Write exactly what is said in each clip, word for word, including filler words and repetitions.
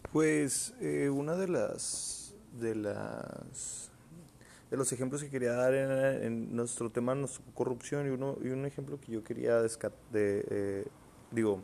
Pues eh, una de las de las de los ejemplos que quería dar en, en nuestro tema nuestra corrupción y uno y un ejemplo que yo quería desca- de, eh, digo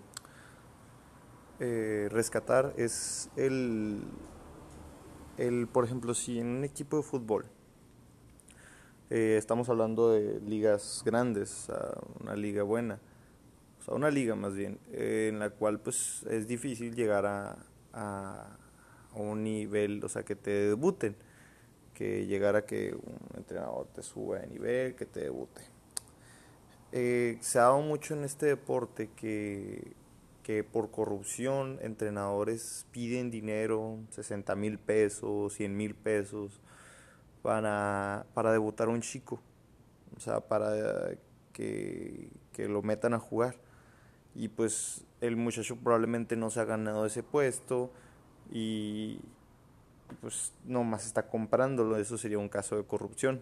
eh, rescatar es el el por ejemplo si en un equipo de fútbol eh, estamos hablando de ligas grandes, o sea, una liga buena, o sea, una liga más bien, eh, en la cual pues es difícil llegar a, a, a un nivel, o sea, que te debuten, que llegar a que un entrenador te suba de nivel, que te debute. Eh, se ha dado mucho en este deporte que, que por corrupción entrenadores piden dinero, sesenta mil pesos, cien mil pesos, para, para debutar a un chico, o sea, para que, que lo metan a jugar. Y pues el muchacho probablemente no se ha ganado ese puesto y pues nomás está comprándolo, eso sería un caso de corrupción.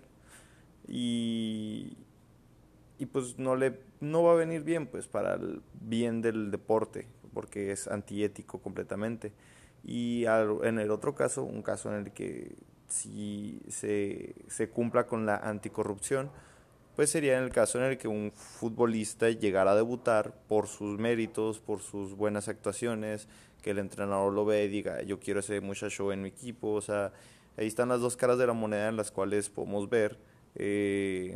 Y, y pues no le no va a venir bien pues para el bien del deporte porque es antiético completamente. Y al, en el otro caso, un caso en el que si se, se cumpla con la anticorrupción, pues sería en el caso en el que un futbolista llegara a debutar por sus méritos, por sus buenas actuaciones, que el entrenador lo ve y diga, yo quiero ese muchacho en mi equipo. O sea, ahí están las dos caras de la moneda en las cuales podemos ver eh,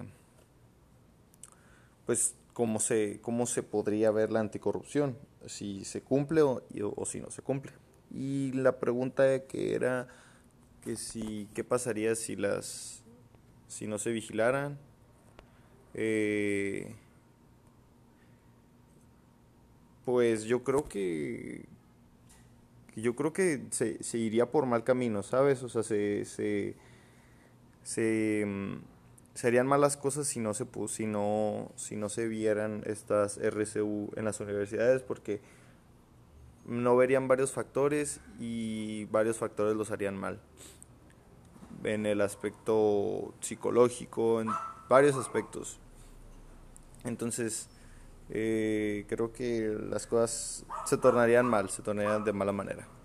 pues cómo se, cómo se podría ver la anticorrupción, si se cumple o, o si no se cumple. Y la pregunta que era que si qué pasaría si las si no se vigilaran, eh, pues yo creo que yo creo que se, se iría por mal camino, ¿sabes? O sea, se, se, se mm, serían malas cosas si no se pu- si no si no se vieran estas R C U en las universidades porque no verían varios factores y varios factores los harían mal. En el aspecto psicológico, en varios aspectos. Entonces, eh, creo que las cosas se tornarían mal, se tornarían de mala manera.